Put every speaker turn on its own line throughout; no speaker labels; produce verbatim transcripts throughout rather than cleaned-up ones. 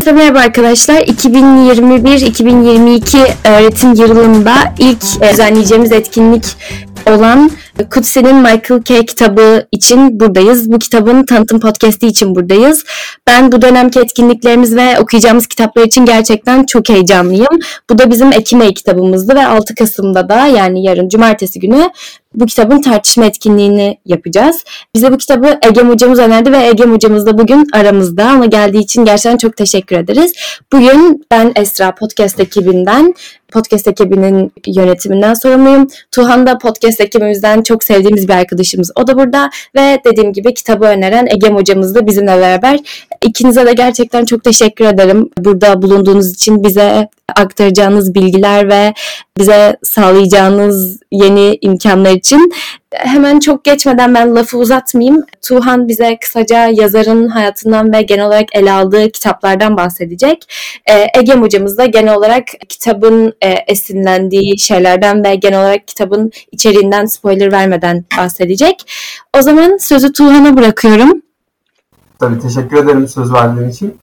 Merhaba arkadaşlar. iki bin yirmi bir iki bin yirmi iki öğretim yılında ilk düzenleyeceğimiz etkinlik olan Coetzee Michael K. kitabı için buradayız. Bu kitabın tanıtım podcast'i için buradayız. Ben bu dönemki etkinliklerimiz ve okuyacağımız kitaplar için gerçekten çok heyecanlıyım. Bu da bizim Ekim ayı kitabımızdı ve altı Kasım'da da, yani yarın cumartesi günü bu kitabın tartışma etkinliğini yapacağız. Bize bu kitabı Egem hocamız önerdi ve Egem hocamız da bugün aramızda. Ona geldiği için gerçekten çok teşekkür ederiz. Bugün ben Esra, podcast ekibinden, podcast ekibinin yönetiminden sorumluyum. Tuhan da podcast ekibimizden çok sevdiğimiz bir arkadaşımız. O da burada ve dediğim gibi kitabı öneren Egem hocamız da bizimle beraber. İkinize de gerçekten çok teşekkür ederim. Burada bulunduğunuz için, bize aktaracağınız bilgiler ve bize sağlayacağınız yeni imkanlar için. Hemen çok geçmeden ben lafı uzatmayayım. Tuhan bize kısaca yazarın hayatından ve genel olarak ele aldığı kitaplardan bahsedecek. Ee, Egem hocamız da genel olarak kitabın e, esinlendiği şeylerden ve genel olarak kitabın içeriğinden spoiler vermeden bahsedecek. O zaman sözü Tuhan'a bırakıyorum.
Tabii, teşekkür ederim söz verdiğin için.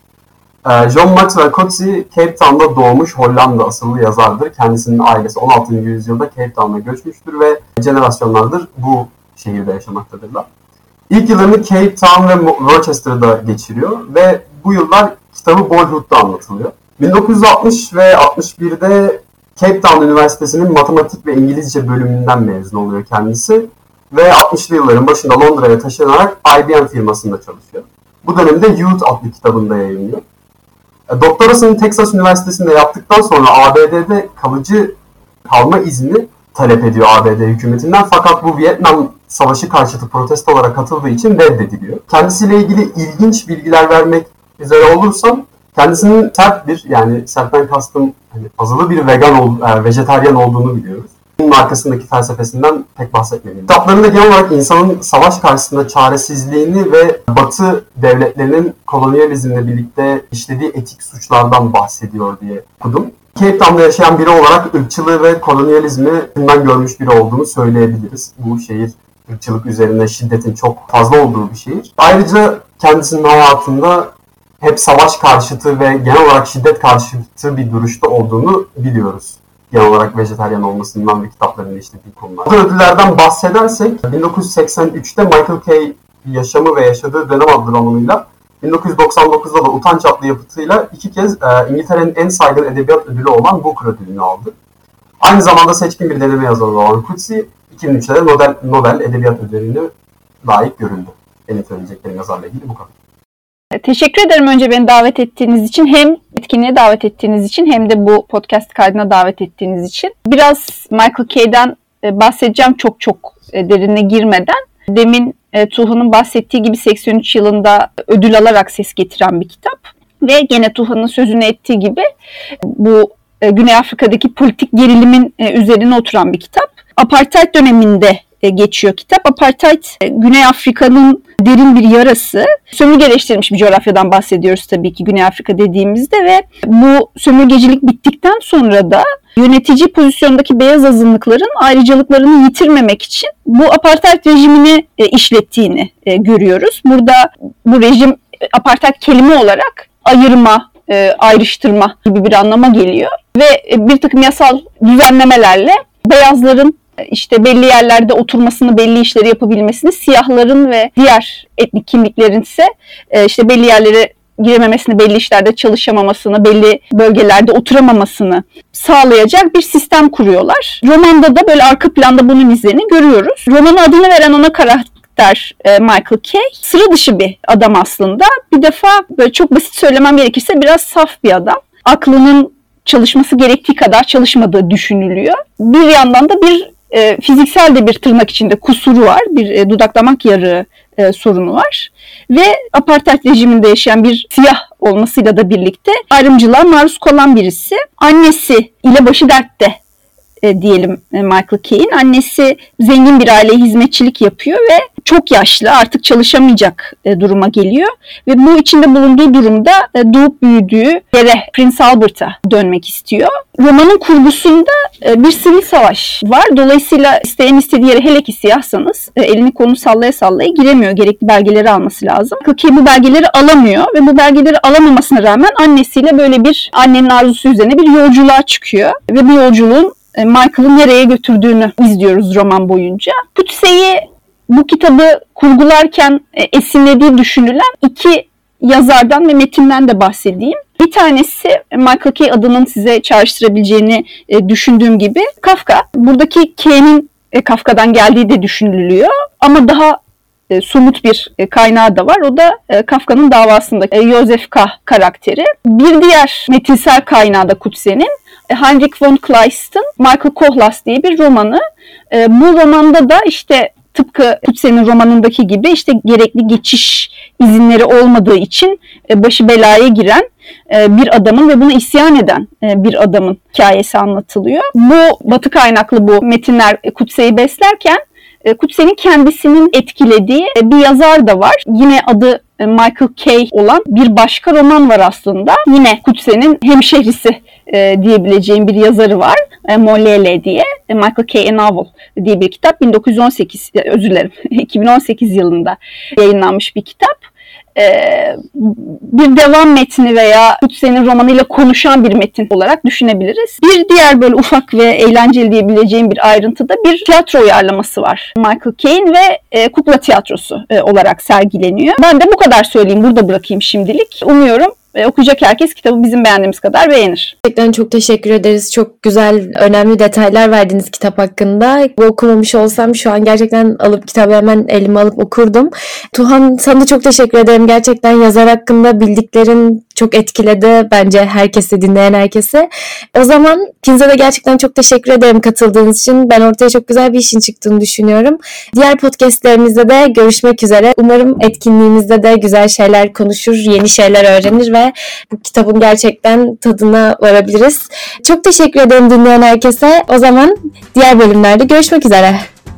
John Maxwell Coetzee, Cape Town'da doğmuş Hollanda asıllı yazardır. Kendisinin ailesi on altıncı yüzyılda Cape Town'a göçmüştür ve jenerasyonlardır bu şehirde yaşamaktadırlar. İlk yıllarını Cape Town ve Rochester'da geçiriyor ve bu yıllar kitabı Boyhood'da anlatılıyor. bin dokuz yüz altmış ve altmış birde Cape Town Üniversitesi'nin matematik ve İngilizce bölümünden mezun oluyor kendisi ve altmışlı yılların başında Londra'ya taşınarak I B M firmasında çalışıyor. Bu dönemde Youth adlı kitabında yayınlıyor. Doktorasını Texas Üniversitesi'nde yaptıktan sonra A B D'de kalıcı kalma izni talep ediyor A B D hükümetinden. Fakat bu Vietnam Savaşı karşıtı protestolara katıldığı için reddediliyor. Kendisiyle ilgili ilginç bilgiler vermek üzere olursam, kendisinin sert bir, yani sertten kastım hani azılı bir vegan, ol, e, vejetaryen olduğunu biliyoruz. Bunun arkasındaki felsefesinden pek bahsetmeyeyim. Kitaplarında genel olarak insanın savaş karşısında çaresizliğini ve Batı devletlerinin kolonyalizmle birlikte işlediği etik suçlardan bahsediyor diye okudum. Cape Town'da yaşayan biri olarak ırkçılığı ve kolonyalizmi bundan görmüş biri olduğunu söyleyebiliriz. Bu şehir ırkçılık üzerine şiddetin çok fazla olduğu bir şehir. Ayrıca kendisinin hayatında hep savaş karşıtı ve genel olarak şiddet karşıtı bir duruşta olduğunu biliyoruz. Genel olarak vejetaryen olmasından ve kitaplarında işlediği konular. Bu ödüllerden bahsedersek, bin dokuz yüz seksen üçte Michael K. Yaşamı ve Yaşadığı Dönem adlı romanıyla, bin dokuz yüz doksan dokuzda da Utanç adlı yapıtıyla iki kez e, İngiltere'nin en saygın edebiyat ödülü olan Booker ödülünü aldı. Aynı zamanda seçkin bir deneme yazarı olan Coetzee, iki bin üçte de Nobel, Nobel Edebiyat Ödülü'ne layık görüldü. Benim söyleyeceklerim yazarla ilgili bu kadar.
Teşekkür ederim önce beni davet ettiğiniz için, hem etkinliğe davet ettiğiniz için hem de bu podcast kaydına davet ettiğiniz için. Biraz Michael K'den bahsedeceğim çok çok derine girmeden. Demin Tuhan'ın bahsettiği gibi seksen üç yılında ödül alarak ses getiren bir kitap. Ve gene Tuhan'ın sözünü ettiği gibi bu Güney Afrika'daki politik gerilimin üzerine oturan bir kitap. Apartheid döneminde geçiyor kitap. Apartheid, Güney Afrika'nın derin bir yarası. Sömürgeleştirilmiş bir coğrafyadan bahsediyoruz tabii ki Güney Afrika dediğimizde ve bu sömürgecilik bittikten sonra da yönetici pozisyondaki beyaz azınlıkların ayrıcalıklarını yitirmemek için bu apartheid rejimini işlettiğini görüyoruz. Burada bu rejim, apartheid kelime olarak ayırma, ayrıştırma gibi bir anlama geliyor ve bir takım yasal düzenlemelerle beyazların işte belli yerlerde oturmasını, belli işleri yapabilmesini, siyahların ve diğer etnik kimliklerin ise işte belli yerlere girememesini, belli işlerde çalışamamasını, belli bölgelerde oturamamasını sağlayacak bir sistem kuruyorlar. Romanda da böyle arka planda bunun izlerini görüyoruz. Romanın adını veren ana karakter Michael K. sıra dışı bir adam aslında. Bir defa böyle çok basit söylemem gerekirse biraz saf bir adam. Aklının çalışması gerektiği kadar çalışmadığı düşünülüyor. Bir yandan da bir E, fiziksel de bir tırnak içinde kusuru var. Bir e, dudaktamak yarığı e, sorunu var. Ve apartheid rejiminde yaşayan bir siyah olmasıyla da birlikte ayrımcılığa maruz kalan birisi. Annesi ile başı dertte e, diyelim e, Michael Kay'in. Annesi zengin bir aileye hizmetçilik yapıyor ve çok yaşlı, artık çalışamayacak e, duruma geliyor. Ve bu içinde bulunduğu durumda e, doğup büyüdüğü yere, Prince Albert'a dönmek istiyor. Romanın kurgusunda e, bir sivil savaş var. Dolayısıyla isteyen istediği yere, hele ki siyahsanız e, elini kolunu sallaya sallaya giremiyor. Gerekli belgeleri alması lazım. Michael Kay bu belgeleri alamıyor ve bu belgeleri alamamasına rağmen annesiyle böyle bir annenin arzusu üzerine bir yolculuğa çıkıyor. Ve bu yolculuğun e, Michael'ı nereye götürdüğünü izliyoruz roman boyunca. Kutse'yi bu kitabı kurgularken e, esinlediği düşünülen iki yazardan ve metinden de bahsedeyim. Bir tanesi Michael Kay adının size çağrıştırabileceğini e, düşündüğüm gibi Kafka. Buradaki K'nin e, Kafka'dan geldiği de düşünülüyor ama daha e, somut bir e, kaynağı da var. O da e, Kafka'nın davasında e, Joseph K. karakteri. Bir diğer metinsel kaynağı da Kutse'nin e, Heinrich von Kleist'in Michael Kohlhaas diye bir romanı. E, bu romanda da işte tıpkı Kutse'nin romanındaki gibi işte gerekli geçiş izinleri olmadığı için başı belaya giren bir adamın ve buna isyan eden bir adamın hikayesi anlatılıyor. Bu batı kaynaklı bu metinler Kutse'yi beslerken Kutse'nin kendisinin etkilediği bir yazar da var. Yine adı Michael Kay olan bir başka roman var aslında. Yine Kutse'nin hemşehrisi e, diyebileceğim bir yazarı var. E, Molele diye. E, Michael Kay A Novel diye bir kitap. bin dokuz yüz on sekiz, özür dilerim, iki bin on sekiz yılında yayınlanmış bir kitap. Ee, bir devam metni veya Kutse'nin romanıyla konuşan bir metin olarak düşünebiliriz. Bir diğer böyle ufak ve eğlenceli diyebileceğim bir ayrıntıda bir tiyatro uyarlaması var. Michael Kay'in ve e, kukla tiyatrosu e, olarak sergileniyor. Ben de bu kadar söyleyeyim, burada bırakayım şimdilik. Umuyorum e, okuyacak herkes kitabı bizim beğendiğimiz kadar beğenir.
Gerçekten çok teşekkür ederiz. Çok güzel, önemli detaylar verdiniz kitap hakkında. Bu okumamış olsam şu an gerçekten alıp kitabı hemen elime alıp okurdum. Tuhan, sana da çok teşekkür ederim. Gerçekten yazar hakkında bildiklerin çok etkiledi bence herkesi, dinleyen herkese. O zaman ikinize de gerçekten çok teşekkür ederim katıldığınız için. Ben ortaya çok güzel bir işin çıktığını düşünüyorum. Diğer podcastlerimizde de görüşmek üzere. Umarım etkinliğimizde de güzel şeyler konuşur, yeni şeyler öğrenir ve bu kitabın gerçekten tadına varabiliriz. Çok teşekkür ederim dinleyen herkese. O zaman diğer bölümlerde görüşmek üzere.